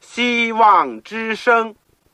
希望之声。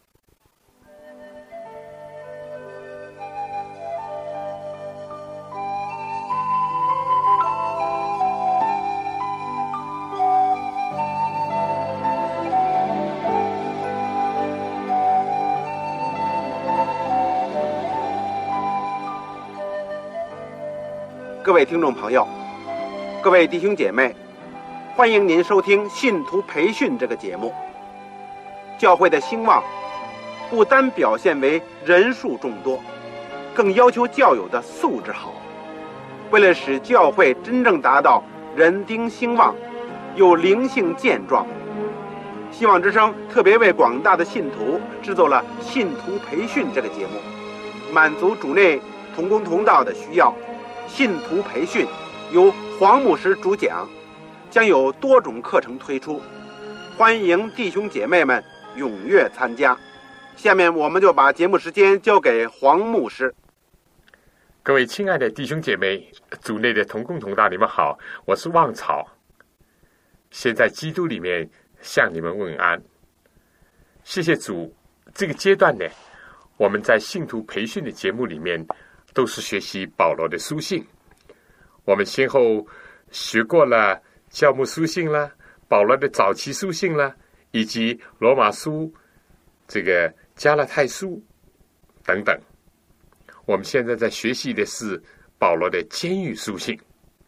各位听众朋友，各位弟兄姐妹，欢迎您收听信徒培训这个节目。教会的兴旺不单表现为人数众多，更要求教友的素质好。为了使教会真正达到人丁兴旺又灵性健壮，希望之声特别为广大的信徒制作了信徒培训这个节目，满足主内同工同道的需要。信徒培训由黄牧师主讲，将有多种课程推出，欢迎弟兄姐妹们踊跃参加。下面我们就把节目时间交给黄牧师。 各位亲爱的弟兄姐妹，主内的同工同道，你们好，我是旺草，先在基督里面向你们问安。谢谢主，这个阶段呢，我们在信徒培训的节目里面都是学习保罗的书信。我们先后学过了教牧书信啦，保罗的早期书信啦，以及罗马书、这个加拉太书等等。我们现在在学习的是保罗的监狱书信。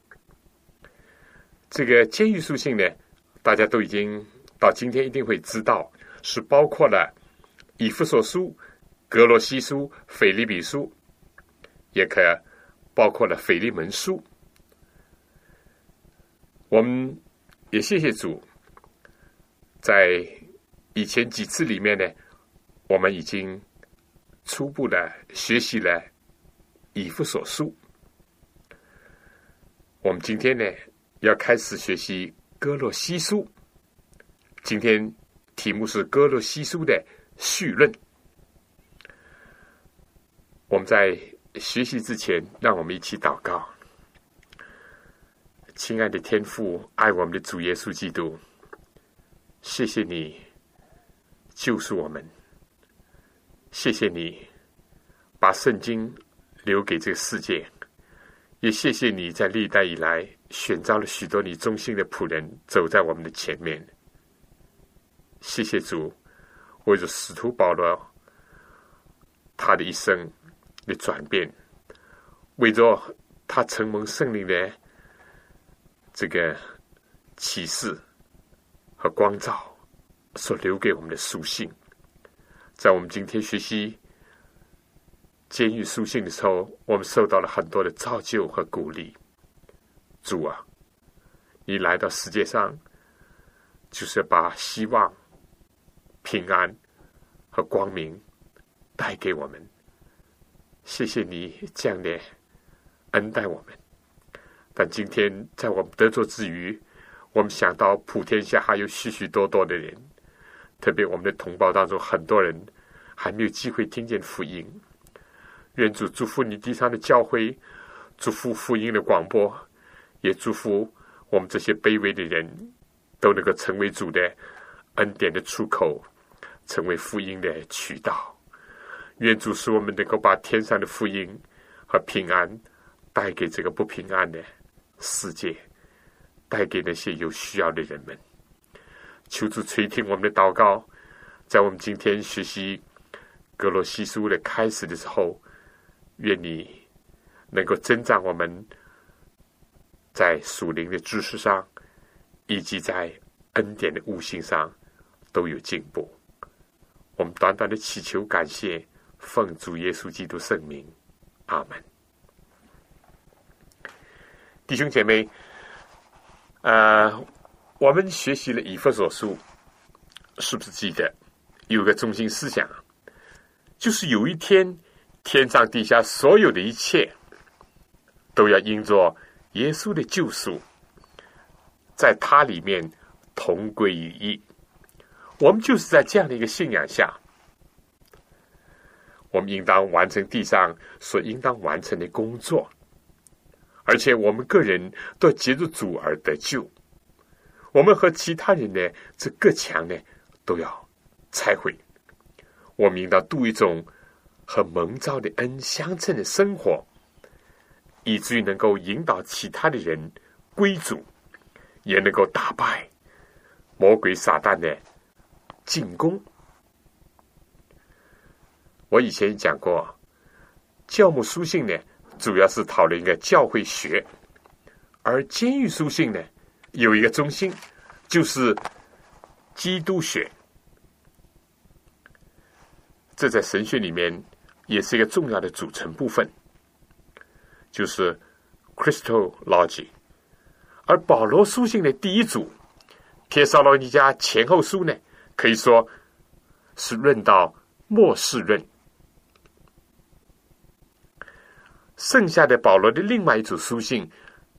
这个监狱书信呢，大家都已经到今天一定会知道，是包括了以弗所书、格罗西书、腓立比书，也可包括了腓利门书。我们也谢谢主，在以前几次里面呢，我们已经初步的学习了以弗所书。我们今天呢，要开始学习哥罗西书。今天题目是哥罗西书的绪论。我们在学习之前，让我们一起祷告。亲爱的天父，爱我们的主耶稣基督，谢谢你救赎我们，谢谢你把圣经留给这个世界，也谢谢你在历代以来选召了许多你忠心的仆人走在我们的前面。谢谢主，为着使徒保罗他的一生的转变，为着他承蒙圣灵的这个启示和光照所留给我们的书信，在我们今天学习监狱书信的时候，我们受到了很多的造就和鼓励。主啊，你来到世界上就是把希望、平安和光明带给我们。谢谢你这样的恩待我们。但今天在我们得救之余，我们想到普天下还有许许多多的人，特别我们的同胞当中很多人还没有机会听见福音。愿主祝福你地上的教会，祝福福音的广播，也祝福我们这些卑微的人都能够成为主的恩典的出口，成为福音的渠道。愿主使我们能够把天上的福音和平安带给这个不平安的世界，带给那些有需要的人们。求主垂听我们的祷告，在我们今天学习哥罗西书的开始的时候，愿你能够增长我们在属灵的知识上，以及在恩典的悟性上都有进步。我们短短的祈求感谢，奉主耶稣基督圣名，阿门。弟兄姐妹，我们学习了以弗所书，是不是记得有个中心思想，就是有一天天上地下所有的一切都要因着耶稣的救赎，在他里面同归于一。我们就是在这样的一个信仰下，我们应当完成地上所应当完成的工作，而且我们个人都借着主而得救。我们和其他人呢，这各强呢都要拆毁。我们应当度一种和蒙召的恩相称的生活，以至于能够引导其他的人归主，也能够打败魔鬼撒旦的进攻。我以前讲过，教牧书信呢，主要是讨论一个教会学，而监狱书信呢，有一个中心，就是基督学。这在神学里面也是一个重要的组成部分，就是 Christology。而保罗书信的第一组帖撒罗尼迦前后书呢，可以说是论到末世论。剩下的保罗的另外一组书信，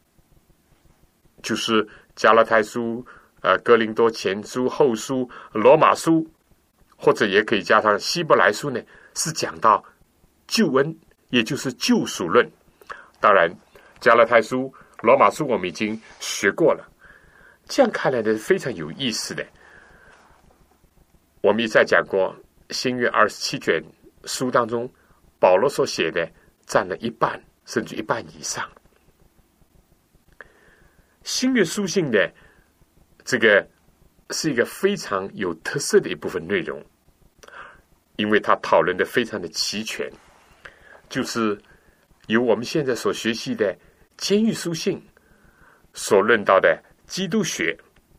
就是加拉太书、哥林多前书、后书、罗马书，或者也可以加上希伯来书呢，是讲到救恩，也就是救赎论。当然，加拉太书、罗马书我们已经学过了。这样看来呢，非常有意思的。我们一再讲过，新约27卷书当中，保罗所写的占了一半，甚至一半以上。新约书信的这个是一个非常有特色的一部分内容，因为它讨论的非常的齐全，就是由我们现在所学习的监狱书信所论到的基督学，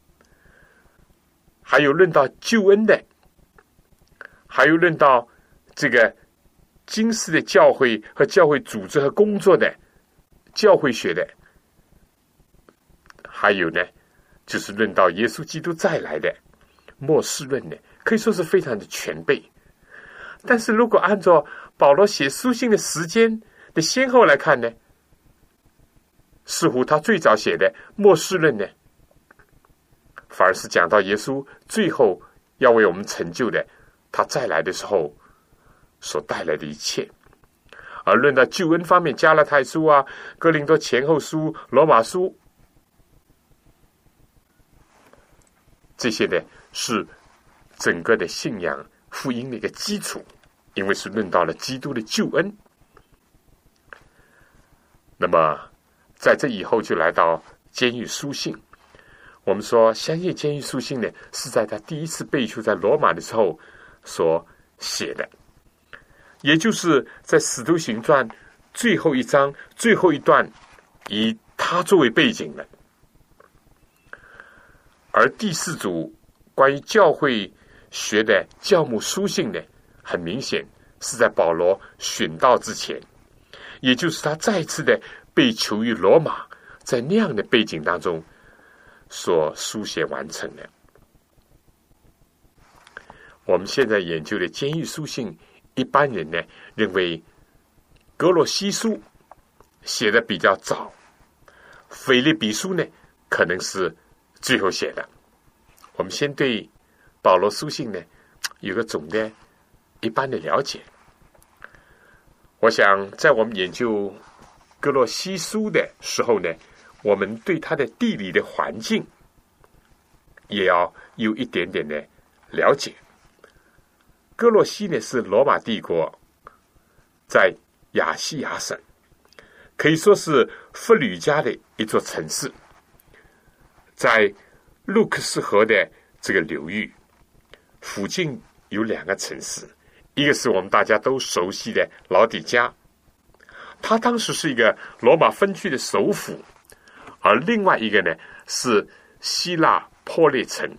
还有论到救恩的，还有论到这个今世的教会和教会组织和工作的教会学的，还有呢，就是论到耶稣基督再来的末世论的，可以说是非常的全备。但是如果按照保罗写书信的时间的先后来看呢，似乎他最早写的末世论呢，反而是讲到耶稣最后要为我们成就的他再来的时候所带来的一切。而论到救恩方面，加拉太书啊、哥林多前后书、罗马书，这些呢是整个的信仰福音的一个基础，因为是论到了基督的救恩。那么在这以后就来到监狱书信。我们说相信监狱书信呢，是在他第一次被囚在罗马的时候所写的，也就是在使徒行传最后一章最后一段以他作为背景的。而第四组关于教会学的教牧书信呢，很明显是在保罗殉道之前，也就是他再次的被囚于罗马，在那样的背景当中所书写完成的。我们现在研究的监狱书信，一般人呢认为哥罗西书写的比较早，腓立比书呢可能是最后写的。我们先对保罗书信呢有个总的一般的了解。我想在我们研究哥罗西书的时候呢，我们对它的地理的环境也要有一点点的了解。哥罗西呢是罗马帝国在亚细亚省，可以说是弗吕家的一座城市，在路克斯河的这个流域附近有两个城市，一个是我们大家都熟悉的老底嘉，它当时是一个罗马分区的首府，而另外一个呢是希腊坡列城。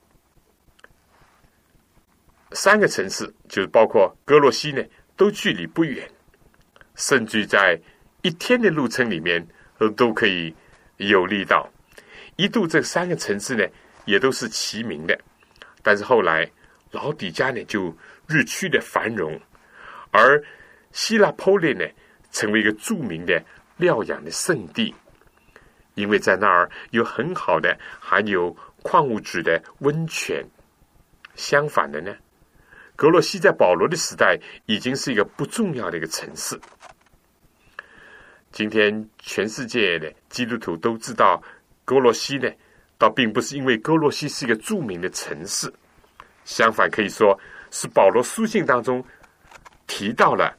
三个城市就是包括哥罗西呢，都距离不远，甚至在一天的路程里面都可以游历到。一度这三个城市呢也都是齐名的，但是后来老底嘉呢就日趋的繁荣，而希腊坡列呢成为一个著名的疗养的圣地，因为在那儿有很好的含有矿物质的温泉。相反的呢，哥罗西在保罗的时代已经是一个不重要的一个城市。今天全世界的基督徒都知道哥罗西呢，倒并不是因为哥罗西是一个著名的城市， 相反可以说是保罗书信当中提到了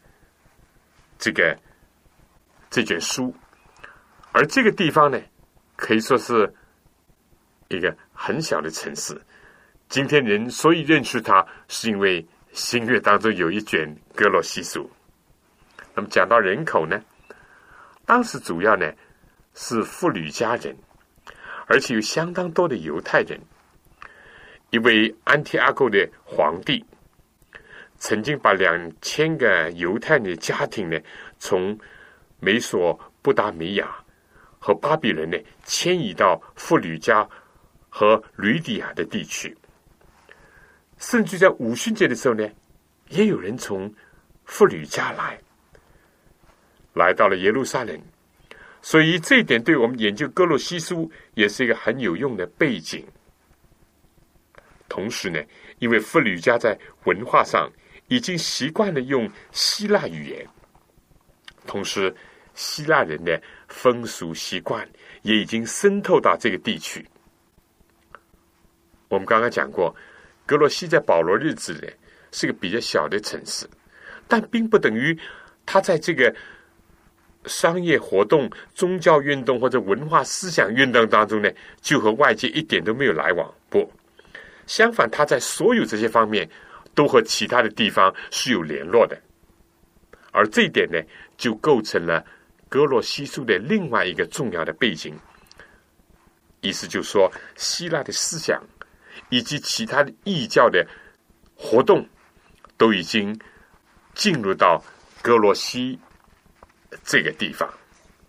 这卷书，而这个地方呢，可以说是一个很小的城市。今天人所以认识它，是因为新约当中有一卷哥罗西书。那么讲到人口呢，当时主要呢是弗吕家人，而且有相当多的犹太人。一位安提阿构的皇帝曾经把2000个犹太人的家庭呢，从美索不达米亚和巴比伦呢迁移到弗吕家和吕底亚的地区。甚至在五旬节的时候呢，也有人从弗吕家来到了耶路撒冷。所以这一点对我们研究哥罗西书也是一个很有用的背景。同时呢，因为弗吕家在文化上已经习惯了用希腊语言，同时希腊人的风俗习惯也已经渗透到这个地区。我们刚刚讲过，哥罗西在保罗日子呢是个比较小的城市，但并不等于他在这个商业活动、宗教运动或者文化思想运动当中呢，就和外界一点都没有来往。不，相反，他在所有这些方面都和其他的地方是有联络的。而这一点呢，就构成了哥罗西书的另外一个重要的背景。意思就是说，希腊的思想以及其他的异教的活动都已经进入到哥罗西这个地方。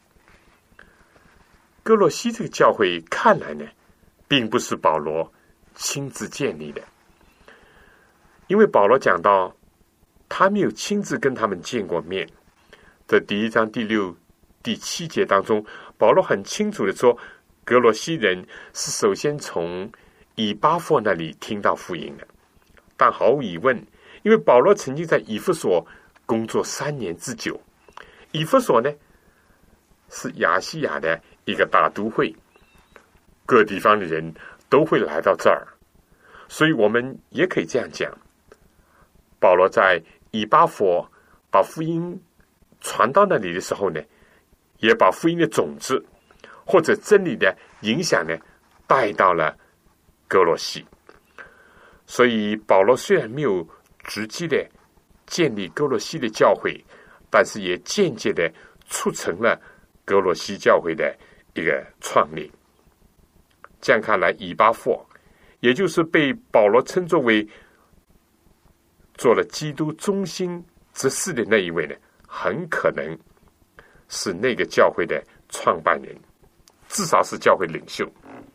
哥罗西这个教会看来呢，并不是保罗亲自建立的，因为保罗讲到他没有亲自跟他们见过面。在第1章第6、第7节当中，保罗很清楚的说，哥罗西人是首先从以巴弗那里听到福音的。但毫无疑问，因为保罗曾经在以弗所工作3年之久，以弗所呢是亚细亚的一个大都会，各地方的人都会来到这儿，所以我们也可以这样讲，保罗在以巴弗把福音传到那里的时候呢，也把福音的种子或者真理的影响呢带到了哥罗西。所以保罗虽然没有直接的建立哥罗西的教会，但是也间接的促成了哥罗西教会的一个创立。这样看来，以巴弗也就是被保罗称作为做了基督中心之事的那一位呢，很可能是那个教会的创办人，至少是教会领袖。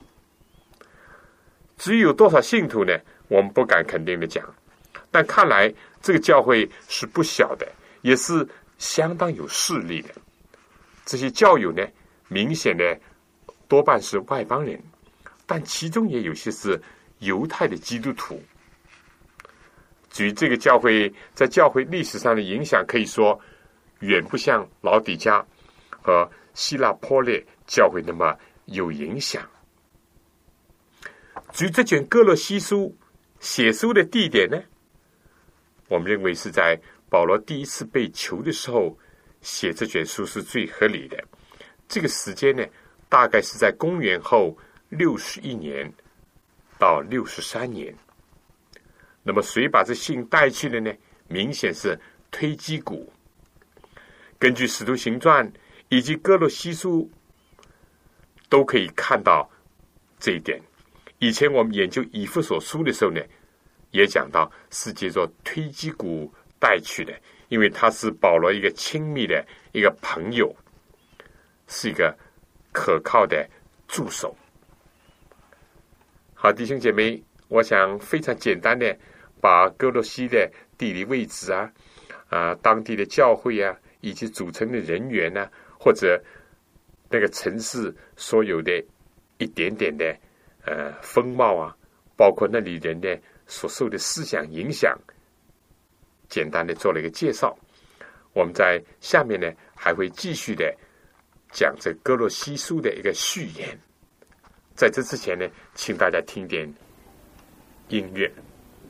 至于有多少信徒呢，我们不敢肯定的讲，但看来这个教会是不小的，也是相当有势力的。这些教友呢，明显的多半是外邦人，但其中也有些是犹太的基督徒。至于这个教会在教会历史上的影响，可以说远不像老底嘉和希腊波列教会那么有影响。至于这卷哥罗西书写书的地点呢，我们认为是在保罗第一次被囚的时候写这卷书是最合理的。这个时间呢，大概是在公元后61年到63年。那么谁把这信带去的呢？明显是推基古。根据使徒行传以及哥罗西书都可以看到这一点。以前我们研究以弗所书的时候呢，也讲到是借着推基古带去的，因为他是保罗一个亲密的一个朋友，是一个可靠的助手。好，弟兄姐妹，我想非常简单的把哥罗西的地理位置当地的教会以及组成的人员或者那个城市所有的一点点的风貌包括那里人的所受的思想影响，简单的做了一个介绍。我们在下面呢还会继续的讲这哥罗西书的一个序言。在这之前呢，请大家听点音乐。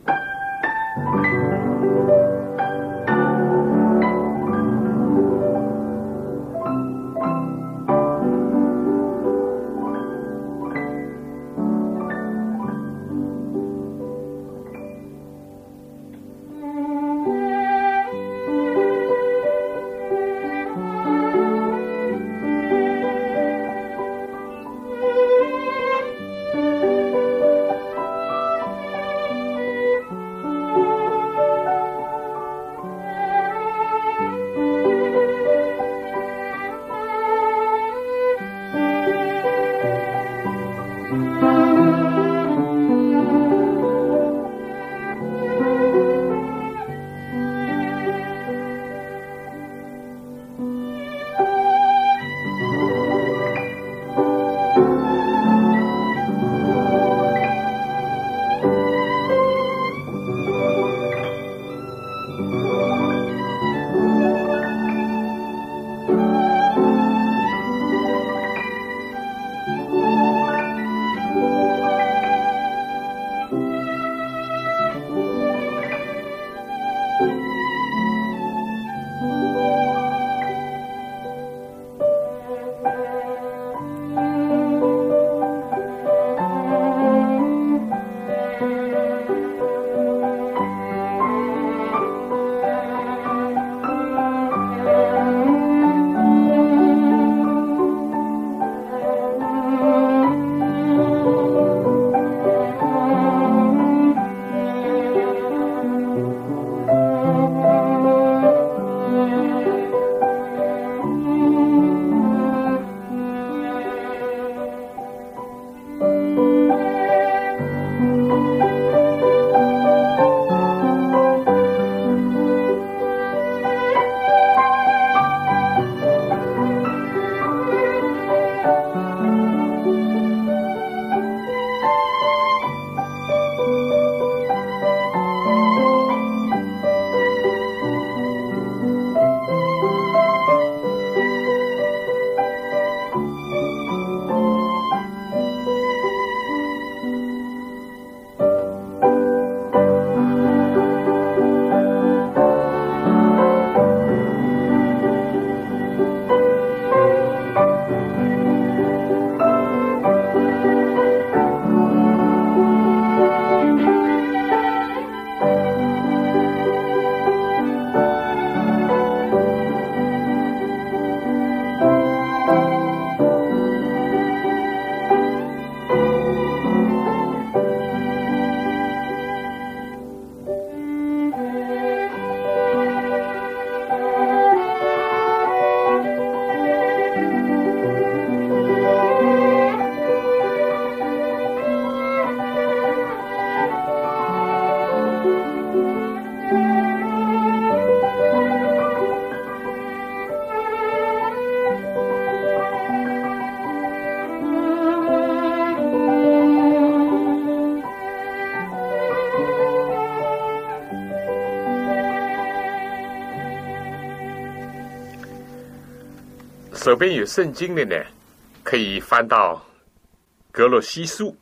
手边有圣经的呢，可以翻到格罗西书。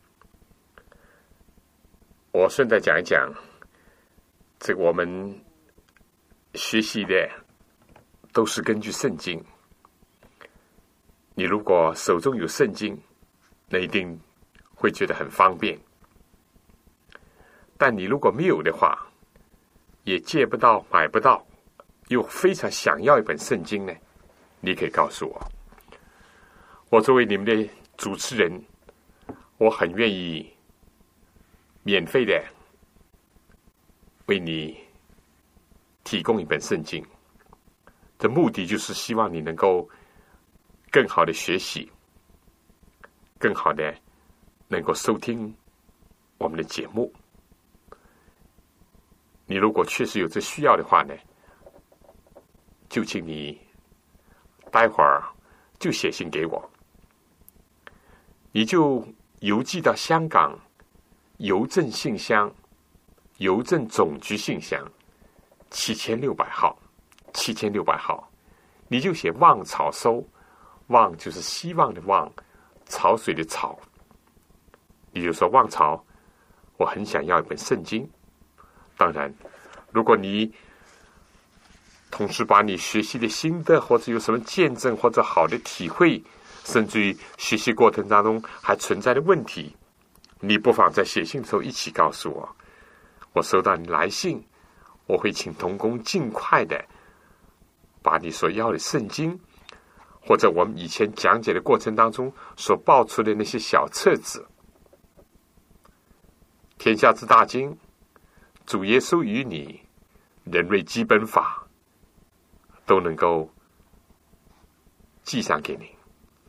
我顺带讲一讲，这个我们学习的都是根据圣经。你如果手中有圣经，那一定会觉得很方便。但你如果没有的话，也借不到、买不到，又非常想要一本圣经呢，你可以告诉我。我作为你们的主持人，我很愿意免费的为你提供一本圣经。这目的就是希望你能够更好的学习，更好的能够收听我们的节目。你如果确实有这需要的话呢，就请你待会儿就写信给我，你就邮寄到香港邮政信箱，邮政总局信箱7600号，7600号，你就写望草收，望就是希望的望，潮水的潮，你就说望潮，我很想要一本圣经， 当然，如果你同时把你学习的心得，或者有什么见证，或者好的体会，甚至于学习过程当中还存在的问题，你不妨在写信的时候一起告诉我。我收到你来信，我会请同工尽快的把你所要的圣经，或者我们以前讲解的过程当中所报出的那些小册子，天下之大经、主耶稣与你、人类基本法，都能够寄上给你。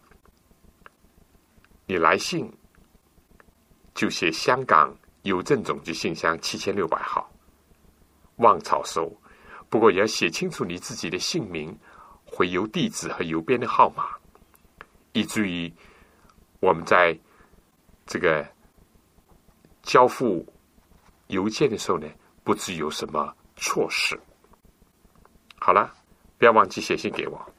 你来信就写香港邮政总局信箱7600号，望草收。不过也要写清楚你自己的姓名、回邮地址和邮编的号码，以至于我们在这个交付邮件的时候呢，不至有什么错失。好了，不要忘记写信给我。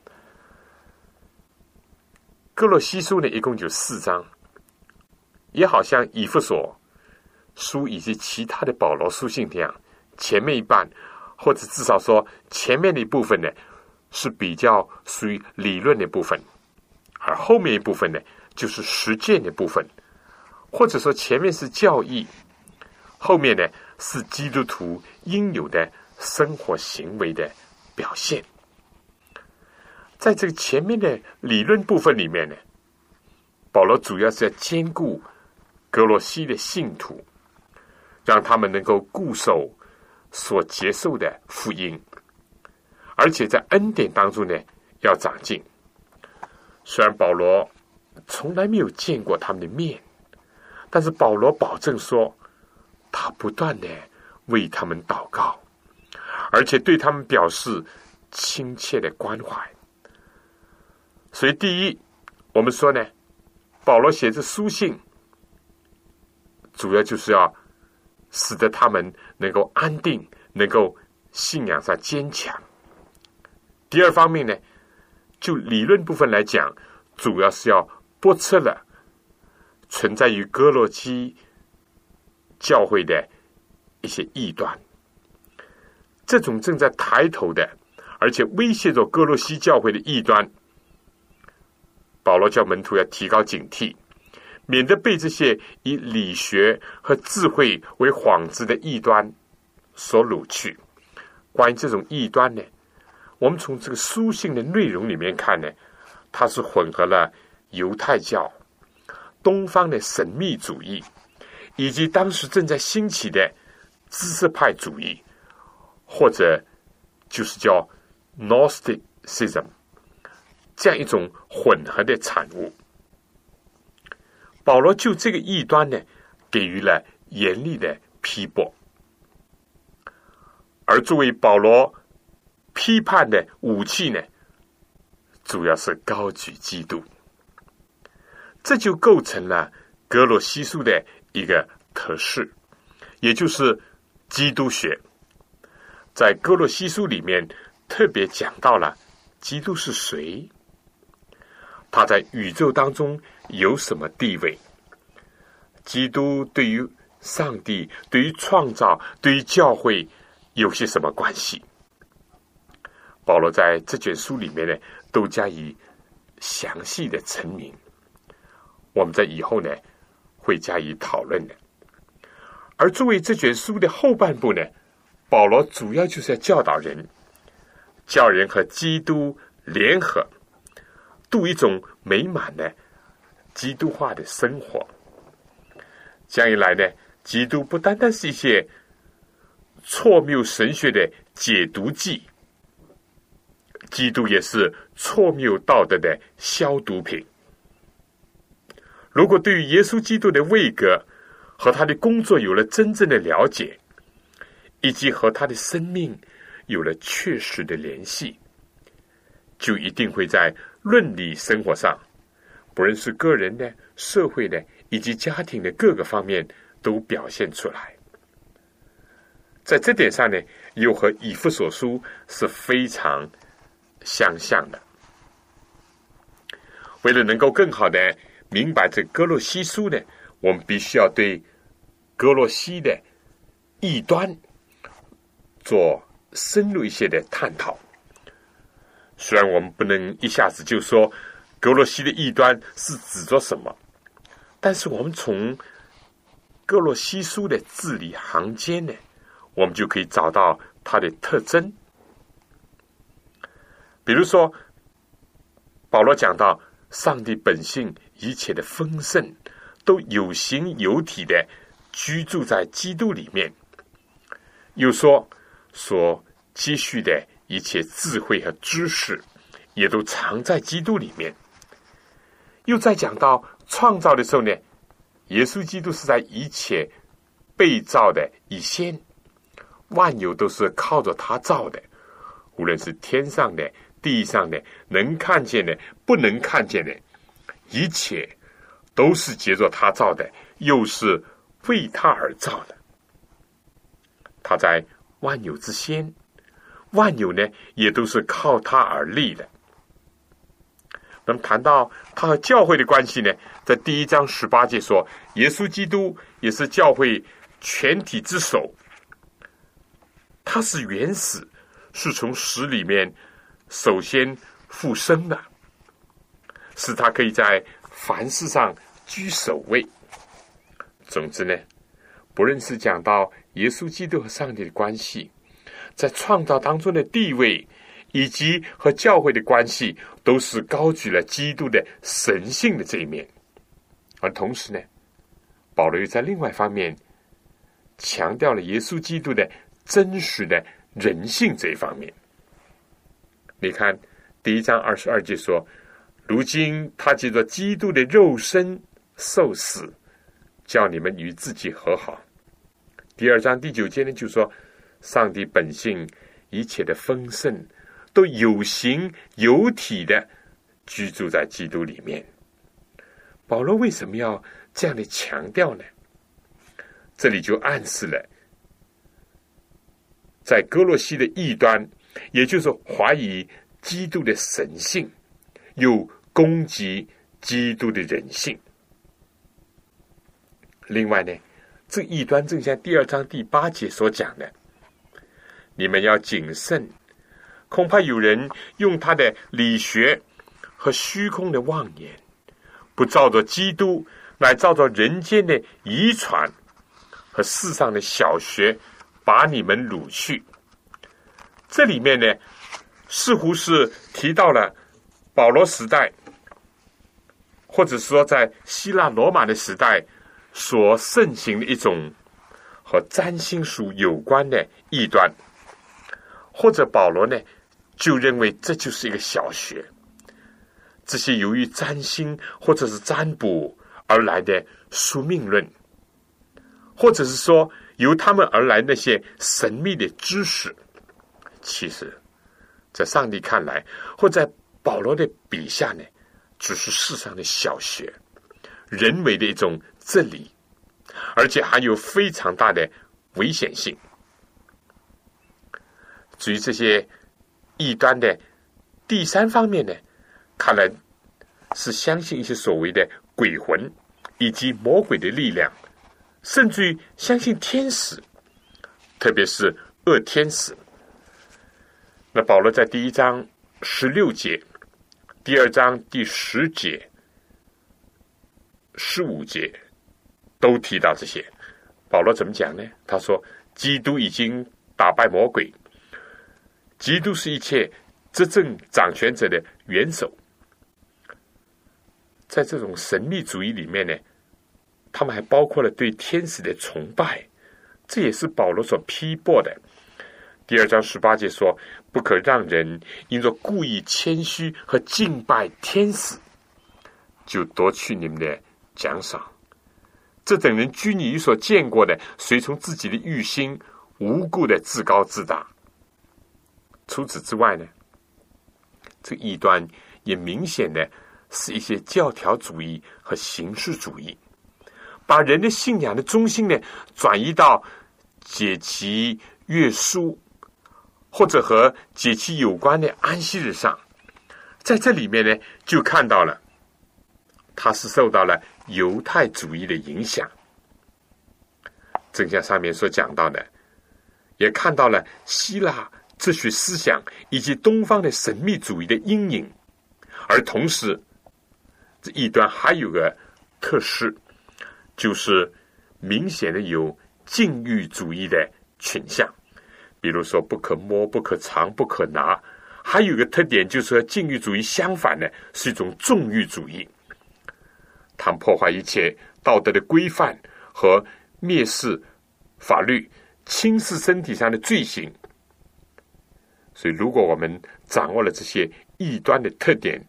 哥罗西书呢，一共就4章，也好像以弗所书以及其他的保罗书信这样，前面一半，或者至少说前面的一部分呢，是比较属于理论的部分，而后面一部分呢，就是实践的部分，或者说前面是教义，后面呢是基督徒应有的生活行为的表现。在这个前面的理论部分里面呢，保罗主要是要兼顾哥罗西的信徒，让他们能够固守所接受的福音，而且在恩典当中呢要长进。虽然保罗从来没有见过他们的面，但是保罗保证说，他不断的为他们祷告，而且对他们表示亲切的关怀。所以第一，我们说呢，保罗写这书信主要就是要使得他们能够安定，能够信仰上坚强。第二方面呢，就理论部分来讲，主要是要驳斥了存在于哥罗西教会的一些异端，这种正在抬头的，而且威胁着哥罗西教会的异端，保罗叫门徒要提高警惕，免得被这些以理学和智慧为幌子的异端所掳去。关于这种异端呢，我们从这个书信的内容里面看呢，它是混合了犹太教、东方的神秘主义，以及当时正在兴起的知识派主义，或者就是叫 Gnosticism， 这样一种混合的产物。保罗就这个异端呢，给予了严厉的批驳，而作为保罗批判的武器呢，主要是高举基督。这就构成了哥罗西书的一个特色，也就是基督学。在哥罗西书里面特别讲到了基督是谁，他在宇宙当中有什么地位，基督对于上帝、对于创造、对于教会有些什么关系。保罗在这卷书里面呢，都加以详细的陈明，我们在以后呢会加以讨论的。而作为这卷书的后半部呢，保罗主要就是要教导人，叫人和基督联合，度一种美满的基督化的生活。这样一来呢，基督不单单是一些错谬神学的解读剂，基督也是错谬道德的消毒品。如果对于耶稣基督的位格和他的工作有了真正的了解，以及和他的生命有了确实的联系，就一定会在伦理生活上，不论是个人的、社会的以及家庭的各个方面都表现出来。在这点上呢，又和以弗所书是非常相像的。为了能够更好的明白这哥罗西书呢，我们必须要对哥罗西的异端做深入一些的探讨。虽然我们不能一下子就说哥罗西的异端是指着什么，但是我们从哥罗西书的字里行间呢，我们就可以找到它的特征。比如说，保罗讲到上帝本性一切的丰盛都有形有体的居住在基督里面，又说所积蓄的一切智慧和知识也都藏在基督里面。又再讲到创造的时候呢，耶稣基督是在一切被造的以先，万有都是靠着他造的，无论是天上的地上的，能看见的不能看见的，一切都是借着他造的，又是为他而造的。他在万有之先，万有呢也都是靠他而立的。那么谈到他和教会的关系呢，在第1章18节说，耶稣基督也是教会全体之首，他是原始，是从死里面首先复生的，使他可以在凡事上居首位。总之呢，不论是讲到耶稣基督和上帝的关系，在创造当中的地位，以及和教会的关系，都是高举了基督的神性的这一面。而同时呢，保罗又在另外一方面强调了耶稣基督的真实的人性这一方面。你看第1章22节说，如今他借着基督的肉身受死，叫你们与自己和好。第2章第9节呢，就说上帝本性一切的丰盛都有形有体的居住在基督里面。保罗为什么要这样的强调呢？这里就暗示了在哥罗西的异端，也就是怀疑基督的神性，又攻击基督的人性。另外呢，这异端正像第2章第8节所讲的，你们要谨慎，恐怕有人用他的理学和虚空的妄言，不照着基督，乃照着人间的遗传和世上的小学，把你们掳去。这里面呢，似乎是提到了保罗时代，或者说在希腊罗马的时代所盛行的一种和占星术有关的异端，或者保罗呢就认为这就是一个小学，这些由于占星或者是占卜而来的宿命论，或者是说由他们而来那些神秘的知识，其实在上帝看来，或在保罗的笔下呢，只是世上的小学，人为的一种真理，而且还有非常大的危险性。至于这些异端的第3方面呢，看来是相信一些所谓的鬼魂以及魔鬼的力量，甚至于相信天使，特别是恶天使。那保罗在第1章16节，第2章第10节、15节都提到这些。保罗怎么讲呢？他说基督已经打败魔鬼，基督是一切执政掌权者的元首。在这种神秘主义里面呢，他们还包括了对天使的崇拜，这也是保罗所批驳的。第2章18节说，不可让人因着故意谦虚和敬拜天使，就夺去你们的奖赏。这等人拘泥于所见过的，随从自己的欲心，无故的自高自大。除此之外呢，这异端也明显的是一些教条主义和形式主义，把人的信仰的中心呢转移到节期、月书或者和节期有关的安息日上。在这里面呢，就看到了它是受到了犹太主义的影响。 正像上面所讲到的，也看到了希腊哲学思想以及东方的神秘主义的阴影。而同时，这异端还有个特质，就是明显的有禁欲主义的倾向，比如说不可摸、不可藏、不可拿。还有一个特点，就是和禁欲主义相反的是一种纵欲主义，它破坏一切道德的规范和蔑视法律、轻视身体上的罪行。所以如果我们掌握了这些异端的特点，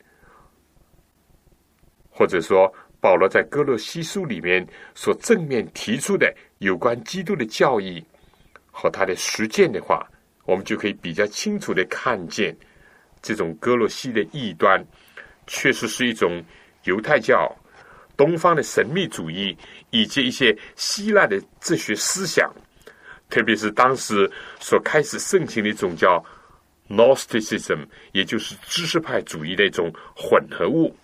或者说保罗在哥罗西书里面所正面提出的有关基督的教义和他的实践的话，我们就可以比较清楚地看见，这种哥罗西的异端确实是一种犹太教、东方的神秘主义以及一些希腊的哲学思想，特别是当时所开始盛行的一种叫 Gnosticism， 也就是知识派主义的一种混合物。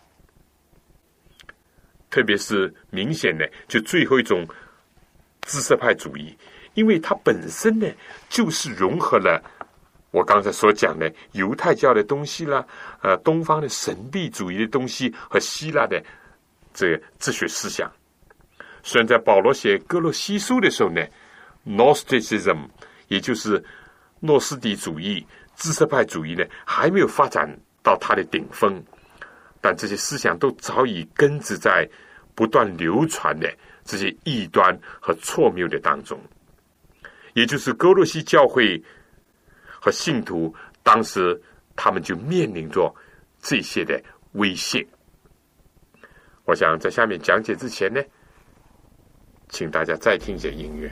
特别是明显的就最后一种知识派主义，因为它本身呢就是融合了我刚才所讲的犹太教的东西啦，东方的神秘主义的东西和希腊的这个哲学思想。虽然在保罗写哥罗西书的时候呢 Gnosticism 也就是诺斯底主义、知识派主义呢还没有发展到它的顶峰，但这些思想都早已根植在不断流传的这些异端和错谬的当中，也就是哥罗西教会和信徒当时他们就面临着这些的威胁。我想在下面讲解之前呢，请大家再听一些音乐。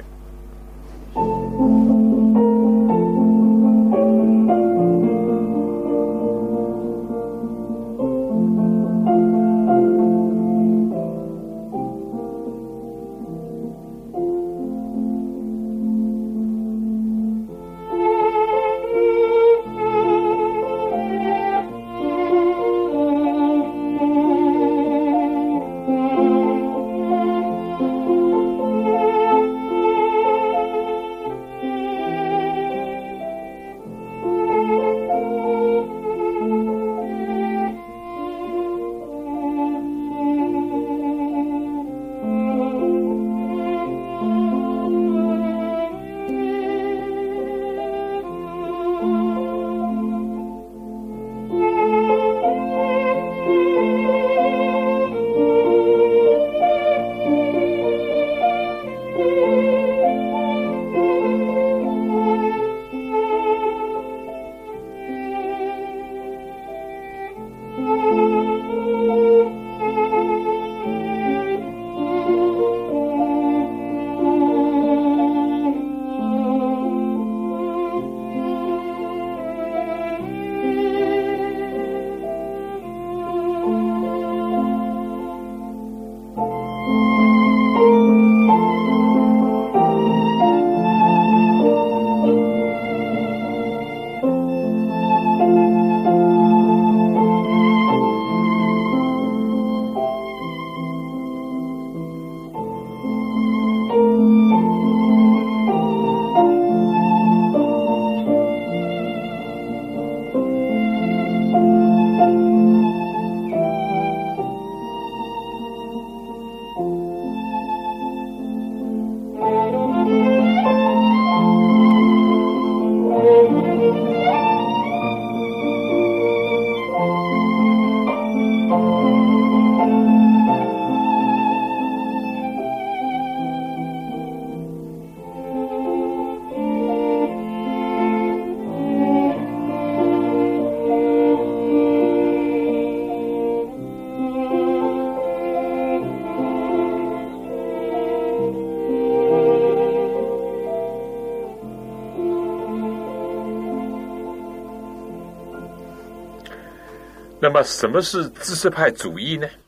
那么什么是知识派主义呢？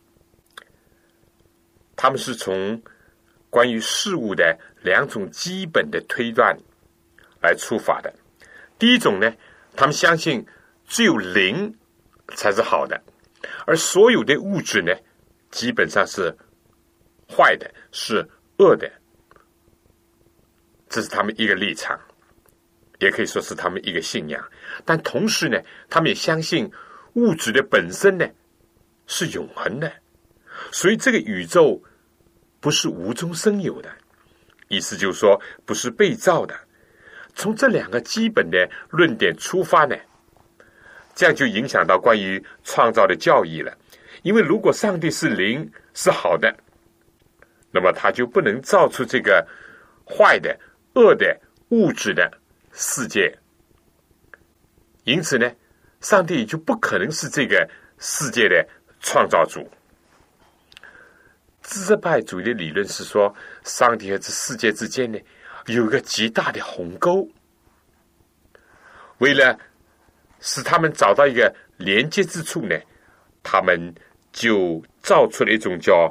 他们是从关于事物的两种基本的推断来出发的。第一种呢，他们相信只有灵才是好的，而所有的物质呢，基本上是坏的，是恶的。 这是他们一个立场，也可以说是他们一个信仰。但同时呢，他们也相信物质的本身呢是永恒的，所以这个宇宙不是无中生有的，意思就是说不是被造的。从这两个基本的论点出发呢，这样就影响到关于创造的教义了。因为如果上帝是灵，是好的，那么他就不能造出这个坏的、恶的、物质的世界。因此呢，上帝就不可能是这个世界的创造主。知识派主义的理论是说，上帝和这世界之间呢有一个极大的鸿沟，为了使他们找到一个连接之处呢，他们就造出了一种叫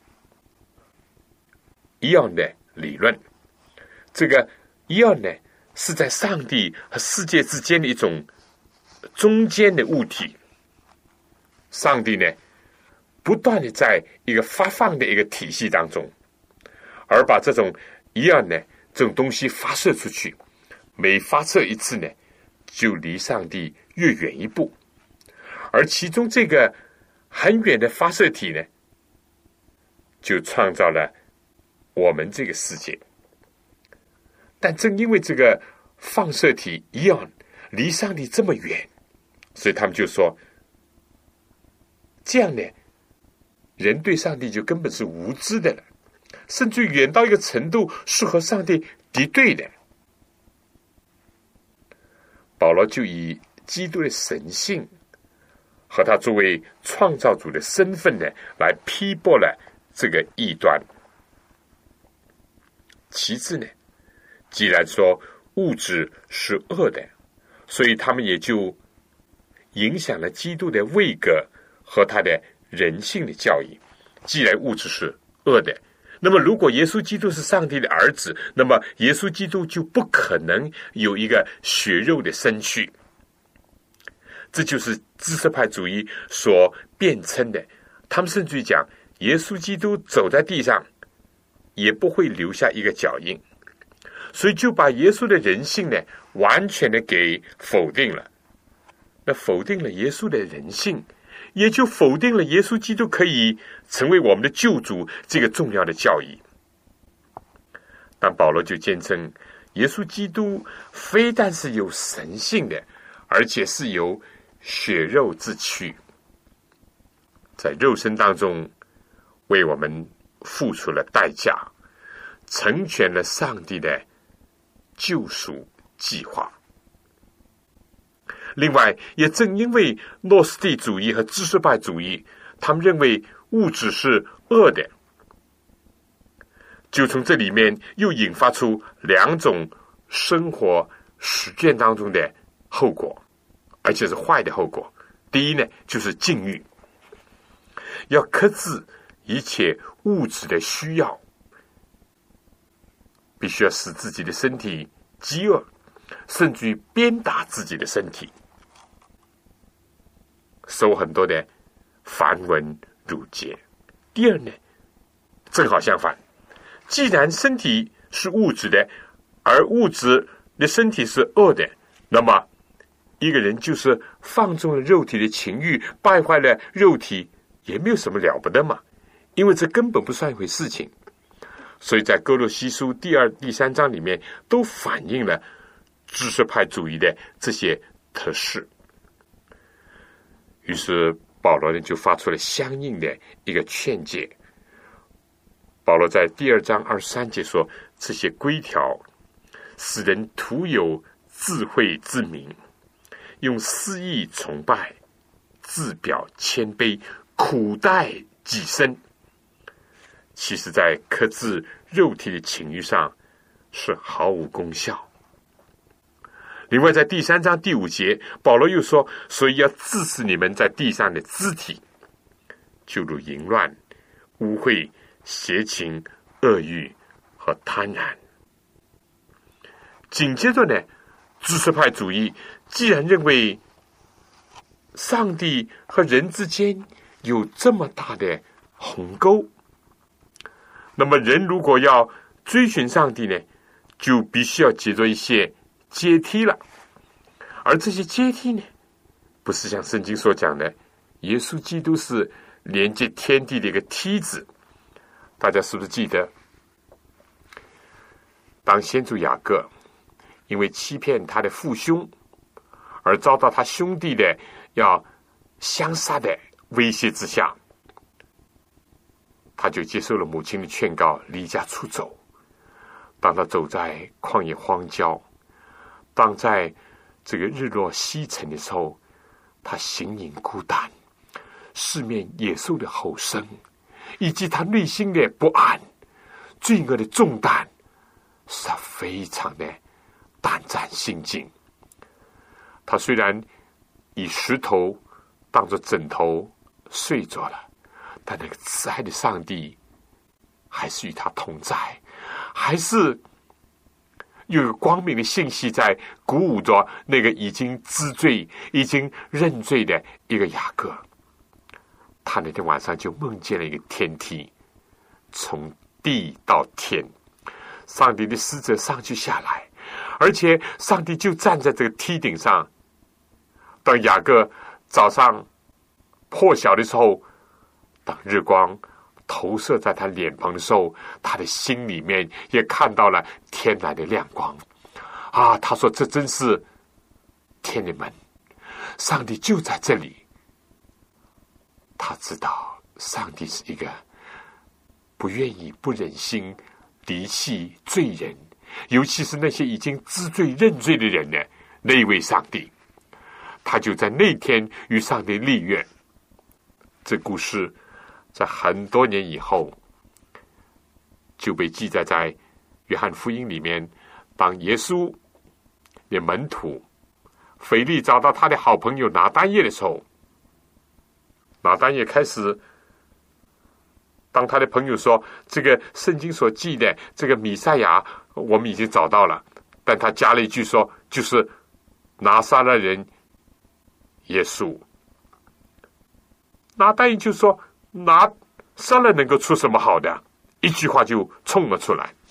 伊恩的理论。这个伊恩呢，是在上帝和世界之间的一种中间的物体。上帝呢，不断的在一个发放的一个体系当中，而把这种伊恩呢，这种东西发射出去，每发射一次呢，就离上帝越远一步。而其中这个很远的发射体呢，就创造了我们这个世界。但正因为这个放射体一样离上帝这么远，所以他们就说，这样呢，人对上帝就根本是无知的了，甚至远到一个程度是和上帝敌对的。保罗就以基督的神性和他作为创造主的身份呢，来批驳了这个异端。其次呢，既然说物质是恶的，所以他们也就影响了基督的位格和他的人性的教义。既然物质是恶的，那么如果耶稣基督是上帝的儿子，那么耶稣基督就不可能有一个血肉的身躯。这就是知识派主义所辩称的。他们甚至于讲，耶稣基督走在地上也不会留下一个脚印，所以就把耶稣的人性呢完全的给否定了。那否定了耶稣的人性，也就否定了耶稣基督可以成为我们的救主这个重要的教义。但保罗就坚称，耶稣基督非但是有神性的，而且是有血肉之躯，在肉身当中为我们付出了代价，成全了上帝的救赎计划。另外，也正因为诺斯底主义和知识派主义，他们认为物质是恶的，就从这里面又引发出两种生活实践当中的后果，而且是坏的后果。第一呢，就是禁欲，要克制一切物质的需要，必须要使自己的身体饥饿，甚至于鞭打自己的身体，受很多的繁文缛节。第二呢，正好相反，既然身体是物质的，而物质的身体是恶的，那么一个人就是放纵了肉体的情欲，败坏了肉体，也没有什么了不得嘛，因为这根本不算一回事情。所以在哥罗西书第2、第3章里面都反映了知识派主义的这些特质。于是保罗呢就发出了相应的一个劝诫。保罗在第2章23节说，这些规条使人徒有智慧之名，用私意崇拜，自表谦卑，苦待己身，其实在克制肉体的情欲上是毫无功效。另外在第3章第5节，保罗又说，所以要治死你们在地上的肢体，就如淫乱、污秽、邪情、恶欲和贪婪。紧接着呢，知识派主义既然认为上帝和人之间有这么大的鸿沟，那么人如果要追寻上帝呢， 就必须要借着一些阶梯了。而这些阶梯呢，不是像圣经所讲的，耶稣基督是连接天地的一个梯子。大家是不是记得，当先祖雅各因为欺骗他的父兄，而遭到他兄弟的要相杀的威胁之下，他就接受了母亲的劝告，离家出走。当他走在旷野荒郊，当在这个日落西沉的时候，他形影孤单，四面野兽的吼声，以及他内心的不安、罪恶的重担，使他非常的胆战心惊。他虽然以石头当作枕头睡着了，但那个慈爱的上帝还是与他同在，还是有一个光明的信息在鼓舞着那个已经知罪、已经认罪的一个雅各。他那天晚上就梦见了一个天梯，从地到天，上帝的使者上去下来，而且上帝就站在这个梯顶上。当雅各早上破晓的时候，当日光投射在他脸庞的时候，他的心里面也看到了天来的亮光啊！他说：“这真是天的门，上帝就在这里。”他知道上帝是一个不愿意、不忍心离弃罪人，尤其是那些已经知罪认罪的人呢，那一位上帝。他就在那天与上帝立约。这故事在很多年以后就被记载在约翰福音里面。当耶稣的门徒腓力找到他的好朋友拿单业的时候，拿单业开始，当他的朋友说这个圣经所记的这个弥赛亚我们已经找到了，但他加了一句说，就是拿撒勒人耶稣。拿单业就说，拿撒勒能够出什么好的？一句话就冲了出来。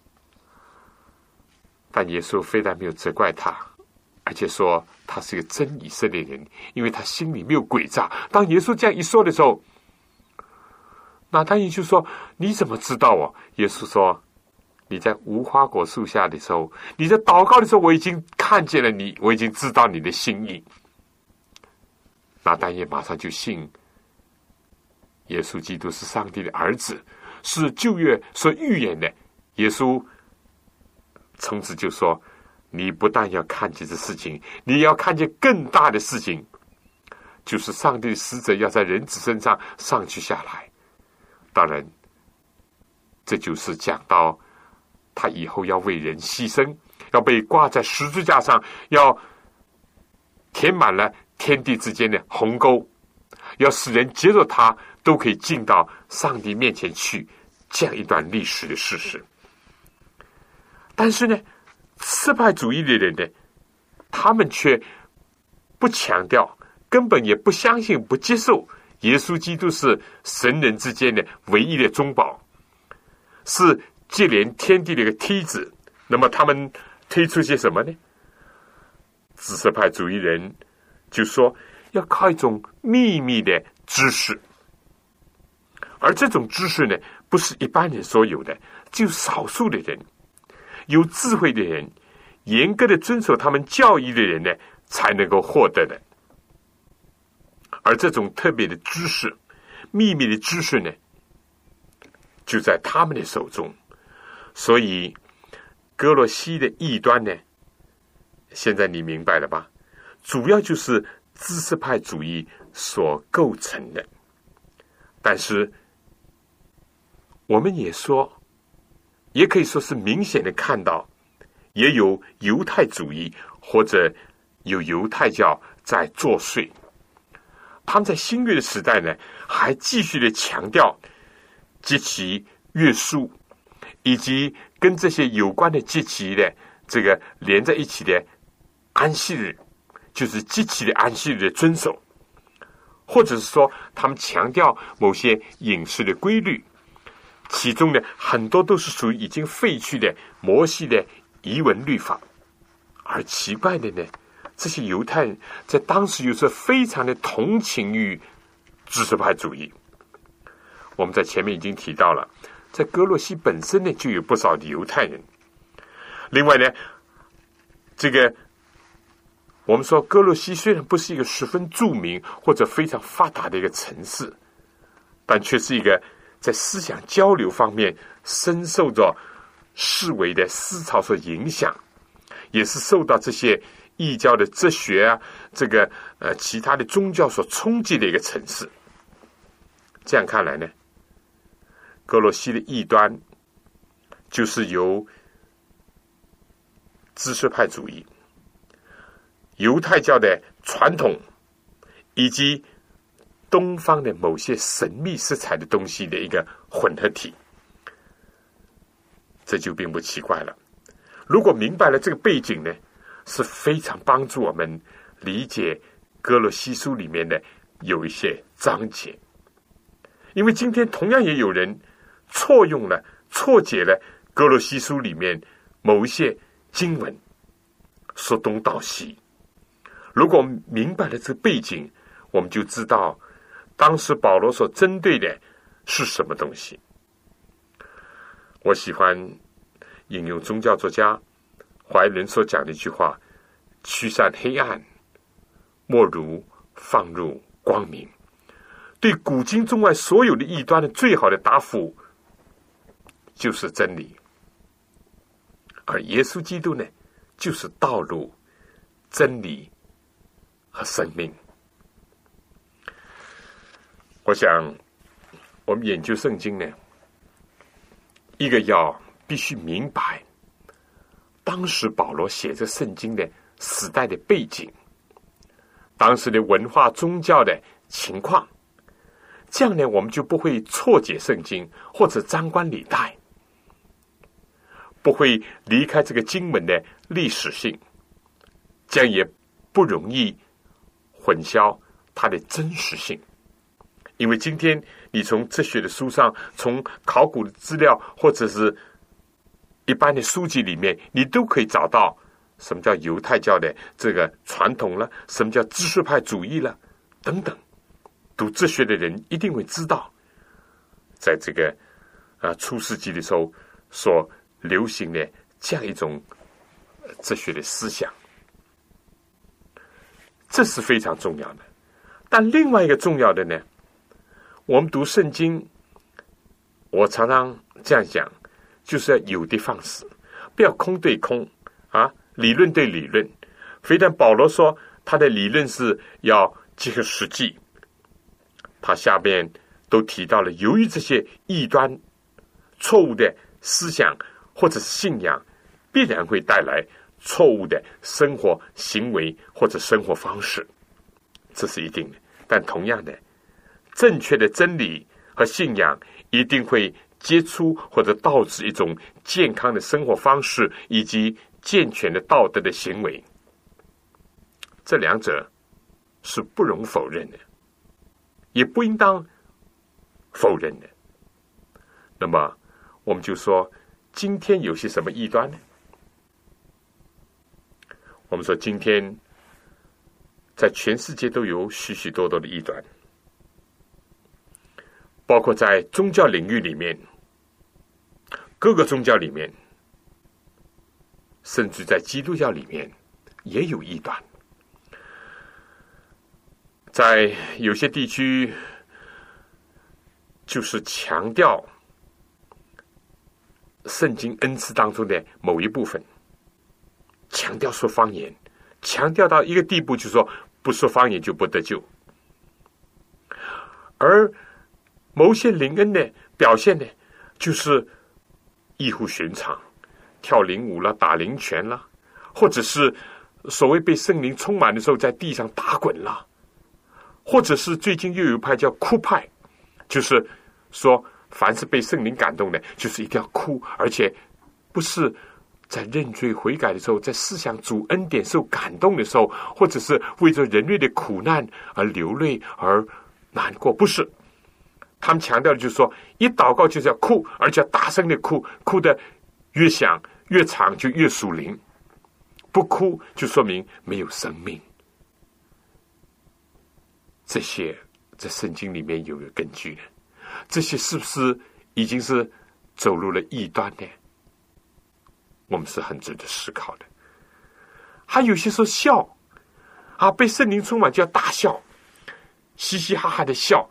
但耶稣非但没有责怪他，而且说他是一个真以色列人，因为他心里没有诡诈。当耶稣这样一说的时候，拿单业就说：“你怎么知道啊？”耶稣说：“你在无花果树下的时候，你在祷告的时候，我已经看见了你，我已经知道你的心意。”拿单业马上就信耶稣基督是上帝的儿子，是旧约所预言的。耶稣从此就说：“你不但要看见这事情，你要看见更大的事情，就是上帝的使者要在人子身上上去下来。”当然，这就是讲到他以后要为人牺牲，要被挂在十字架上，要填满了天地之间的鸿沟，要使人接受他都可以进到上帝面前去，这样一段历史的事实。但是呢，次派主义的人呢，他们却不强调，根本也不相信、不接受耶稣基督是神人之间的唯一的中保，是接连天地的一个梯子。那么他们推出些什么呢？知识派主义人就说要靠一种秘密的知识，而这种知识呢，不是一般人所有的，只有少数的人，有智慧的人，严格的遵守他们教义的人呢，才能够获得的。而这种特别的知识、秘密的知识呢，就在他们的手中。所以哥罗西的异端呢，现在你明白了吧？主要就是知识派主义所构成的。但是我们也说，也可以说是明显的看到，也有犹太主义或者有犹太教在作祟。他们在新约的时代呢，还继续的强调节期约束，以及跟这些有关的节期的这个连在一起的安息日，就是节期的安息日的遵守，或者是说他们强调某些饮食的规律，其中呢很多都是属于已经废去的摩西的遗文律法。而奇怪的呢，这些犹太人在当时又是非常的同情于知识派主义。我们在前面已经提到了，在哥罗西本身呢就有不少的犹太人。另外呢，这个我们说哥罗西虽然不是一个十分著名或者非常发达的一个城市，但却是一个在思想交流方面深受着世伪的思潮所影响，也是受到这些异教的哲学啊，这个其他的宗教所冲击的一个城市。这样看来呢，哥罗西的异端就是由知识派主义、犹太教的传统以及东方的某些神秘色彩的东西的一个混合体。这就并不奇怪了。如果明白了这个背景呢，是非常帮助我们理解哥罗西书里面的有一些章节。因为今天同样也有人错用了、错解了哥罗西书里面某一些经文，说东道西。如果明白了这个背景，我们就知道当时保罗所针对的是什么东西。我喜欢引用宗教作家怀仁所讲的一句话：驱散黑暗，莫如放入光明。对古今中外所有的异端的最好的答复就是真理，而耶稣基督呢，就是道路、真理和生命。我想我们研究圣经呢，一个要必须明白当时保罗写这圣经的时代的背景，当时的文化宗教的情况，这样呢，我们就不会错解圣经或者张冠李戴，不会离开这个经文的历史性，这样也不容易混淆它的真实性。因为今天你从哲学的书上，从考古的资料或者是一般的书籍里面，你都可以找到什么叫犹太教的这个传统了，什么叫知识派主义了等等。读哲学的人一定会知道，在这个初世纪的时候所流行的这样一种哲学的思想，这是非常重要的。但另外一个重要的呢，我们读圣经，我常常这样讲，就是要有的放矢，不要空对空啊，理论对理论。非但保罗说他的理论是要结合实际，他下边都提到了，由于这些异端、错误的思想或者是信仰，必然会带来错误的生活行为或者生活方式，这是一定的。但同样的，正确的真理和信仰一定会结出或者导致一种健康的生活方式以及健全的道德的行为，这两者是不容否认的，也不应当否认的。那么我们就说，今天有些什么异端呢？我们说今天在全世界都有许许多多的异端，包括在宗教领域里面，各个宗教里面，甚至在基督教里面也有异端。在有些地区就是强调圣经恩赐当中的某一部分，强调说方言，强调到一个地步，就是说不说方言就不得救。而某些灵恩的表现呢，就是异乎寻常，跳灵舞啦，打灵拳啦，或者是所谓被圣灵充满的时候在地上打滚啦，或者是最近又有一派叫哭派，就是说凡是被圣灵感动的，就是一定要哭，而且不是在认罪悔改的时候，在思想主恩典受感动的时候，或者是为着人类的苦难而流泪而难过，不是。他们强调的就是说，一祷告就是要哭，而且要大声的哭，哭得越响越长就越属灵，不哭就说明没有生命。这些在圣经里面有根据呢？这些是不是已经是走入了异端呢？我们是很值得思考的。还有些说笑啊，被圣灵充满就要大笑，嘻嘻哈哈的笑，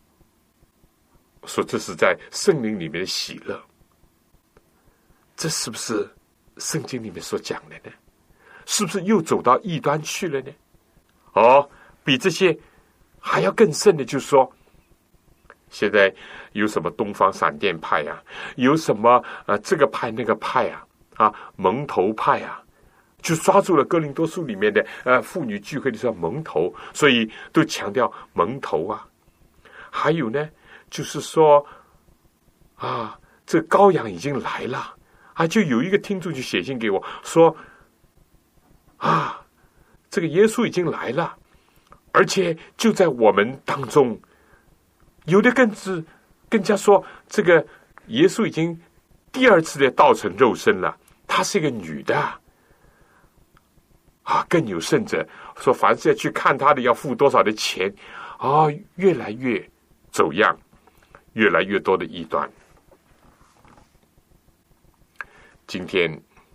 说这是在圣灵里面的喜乐。这是不是圣经里面所讲的呢？是不是又走到异端去了呢？比这些还要更甚的，就是说，现在有什么东方闪电派啊，有什么这个派那个派啊，蒙头派啊，就抓住了哥林多书里面的妇女聚会的时候蒙头，所以都强调蒙头啊。还有呢，就是说这羔羊已经来了就有一个听众就写信给我说这个耶稣已经来了，而且就在我们当中。有的更加说，这个耶稣已经第二次的道成肉身了，她是一个女的更有甚者说，凡是要去看她的要付多少的钱越来越走样，越来越多的异端。今天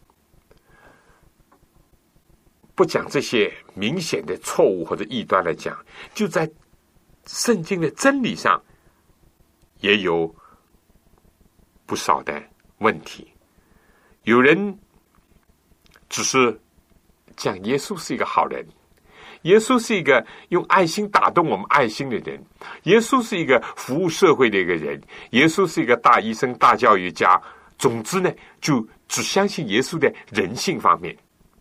不讲这些明显的错误或者异端来讲，就在圣经的真理上也有不少的问题。有人只是讲耶稣是一个好人，耶稣是一个用爱心打动我们爱心的人，耶稣是一个服务社会的一个人，耶稣是一个大医生大教育家，总之呢就只相信耶稣的人性方面。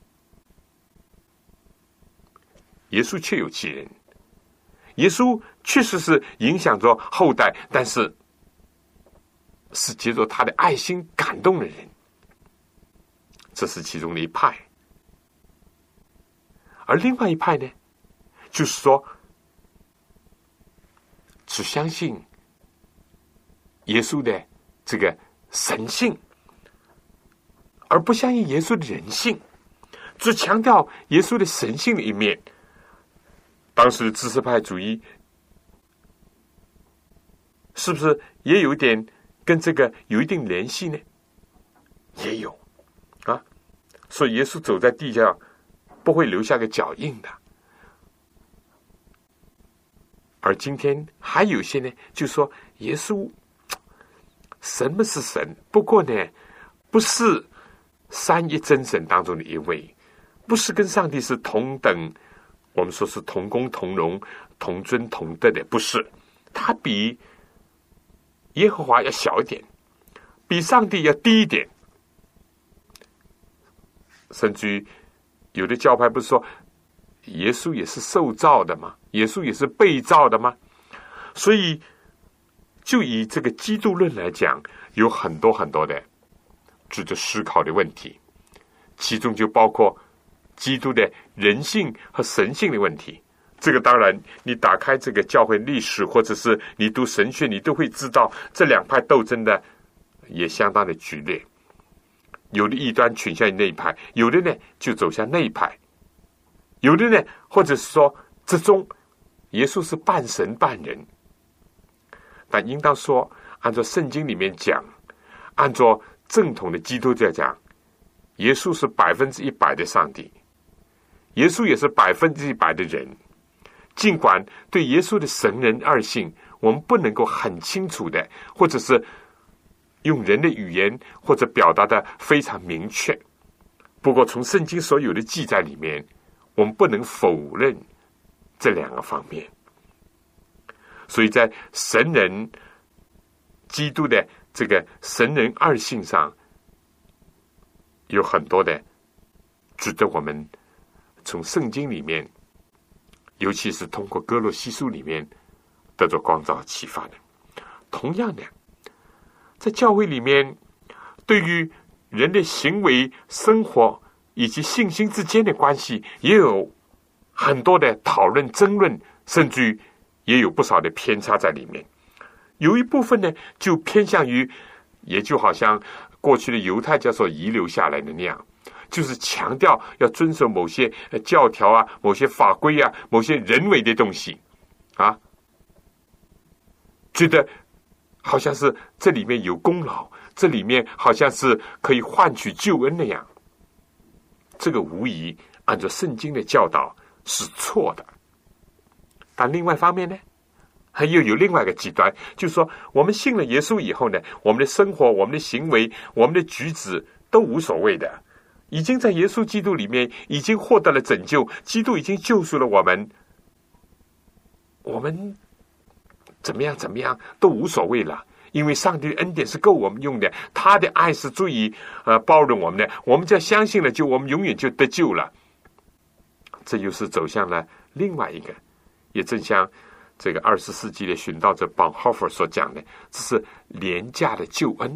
耶稣确有其人，耶稣确实是影响着后代，但是是借着他的爱心感动的人，这是其中的一派。而另外一派呢，就是说只相信耶稣的这个神性，而不相信耶稣的人性，只强调耶稣的神性的一面。当时的知识派主义是不是也有一点跟这个有一定联系呢？也有所以耶稣走在地上不会留下个脚印的。而今天还有些呢，就说耶稣什么是神？不过呢，不是三一真神当中的一位，不是跟上帝是同等，我们说是同工同荣、同尊同德的，不是。他比耶和华要小一点，比上帝要低一点。甚至于有的教派不是说耶稣也是受造的吗？耶稣也是被造的吗？所以就以这个基督论来讲，有很多很多的值得思考的问题，其中就包括基督的人性和神性的问题。这个当然你打开这个教会历史，或者是你读神学，你都会知道这两派斗争的也相当的剧烈。有的异端倾向于那一派，有的呢就走向那一派，有的呢或者是说之中耶稣是半神半人。但应当说，按照圣经里面讲，按照正统的基督教讲，耶稣是100%的上帝，耶稣也是100%的人。尽管对耶稣的神人二性我们不能够很清楚的，或者是用人的语言或者表达的非常明确，不过从圣经所有的记载里面，我们不能否认这两个方面。所以在神人基督的这个神人二性上，有很多的值得我们从圣经里面，尤其是通过哥罗西书里面得着光照启发的。同样的，在教会里面，对于人的行为、生活以及信心之间的关系，也有很多的讨论、争论，甚至于也有不少的偏差在里面。有一部分呢，就偏向于，也就好像过去的犹太教所遗留下来的那样，就是强调要遵守某些教条啊、某些法规啊、某些人为的东西啊，觉得好像是这里面有功劳，这里面好像是可以换取救恩那样。这个无疑按照圣经的教导是错的。但另外一方面呢，又有另外一个极端，就是说我们信了耶稣以后呢，我们的生活、我们的行为、我们的举止都无所谓的，已经在耶稣基督里面已经获得了拯救，基督已经救赎了我们，我们怎么样都无所谓了，因为上帝的恩典是够我们用的，他的爱是足以包容我们的，我们只要相信了，我们永远就得救了。这又是走向了另外一个，也正像这个20世纪的殉道者邦霍夫所讲的，这是廉价的救恩。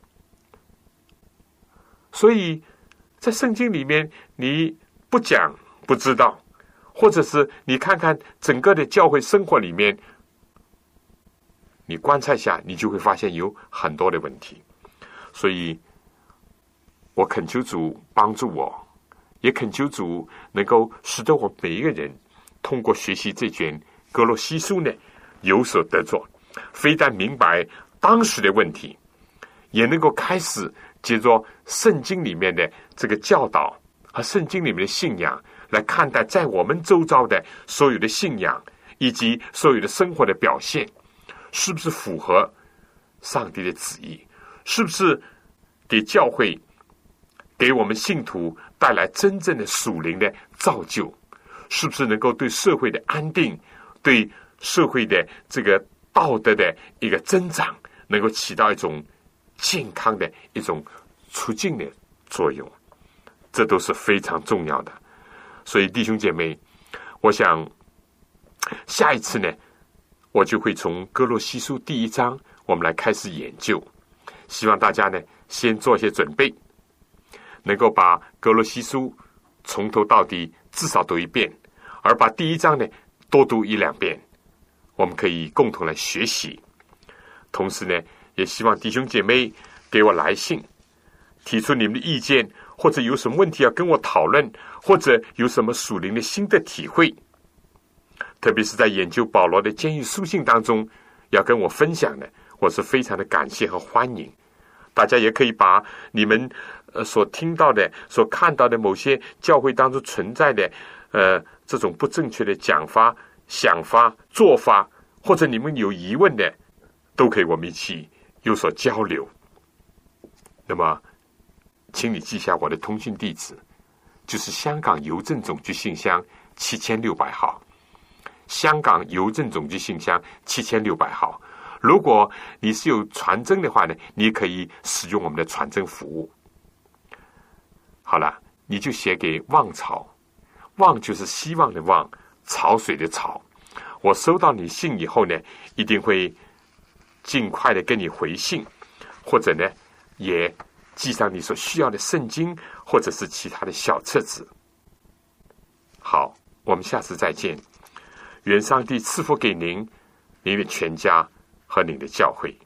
所以在圣经里面你不讲不知道，或者是你看看整个的教会生活里面，你观察下，你就会发现有很多的问题。所以我恳求主帮助我，也恳求主能够使得我每一个人通过学习这卷哥罗西书呢，有所得着，非但明白当时的问题，也能够开始借着圣经里面的这个教导和圣经里面的信仰来看待在我们周遭的所有的信仰以及所有的生活的表现，是不是符合上帝的旨意，是不是给教会给我们信徒带来真正的属灵的造就，是不是能够对社会的安定，对社会的这个道德的一个增长，能够起到一种健康的一种促进的作用，这都是非常重要的。所以弟兄姐妹，我想下一次呢，我就会从哥罗西书第1章我们来开始研究，希望大家呢先做一些准备，能够把哥罗西书从头到底至少读一遍，而把第1章呢多读1-2遍，我们可以共同来学习。同时呢，也希望弟兄姐妹给我来信，提出你们的意见，或者有什么问题要跟我讨论，或者有什么属灵的新的体会，特别是在研究保罗的监狱书信当中要跟我分享的，我是非常的感谢和欢迎。大家也可以把你们所听到的、所看到的某些教会当中存在的这种不正确的讲法、想法、做法，或者你们有疑问的，都可以我们一起有所交流。那么请你记下我的通讯地址，就是香港邮政总局信箱7600号，香港邮政总局信箱7600号。如果你是有传真的话呢，你可以使用我们的传真服务。好了，你就写给望潮，望就是希望的望，潮水的潮。我收到你信以后呢，一定会尽快的跟你回信，或者呢也寄上你所需要的圣经或者是其他的小册子。好，我们下次再见。愿上帝赐福给您、您的全家和您的教会。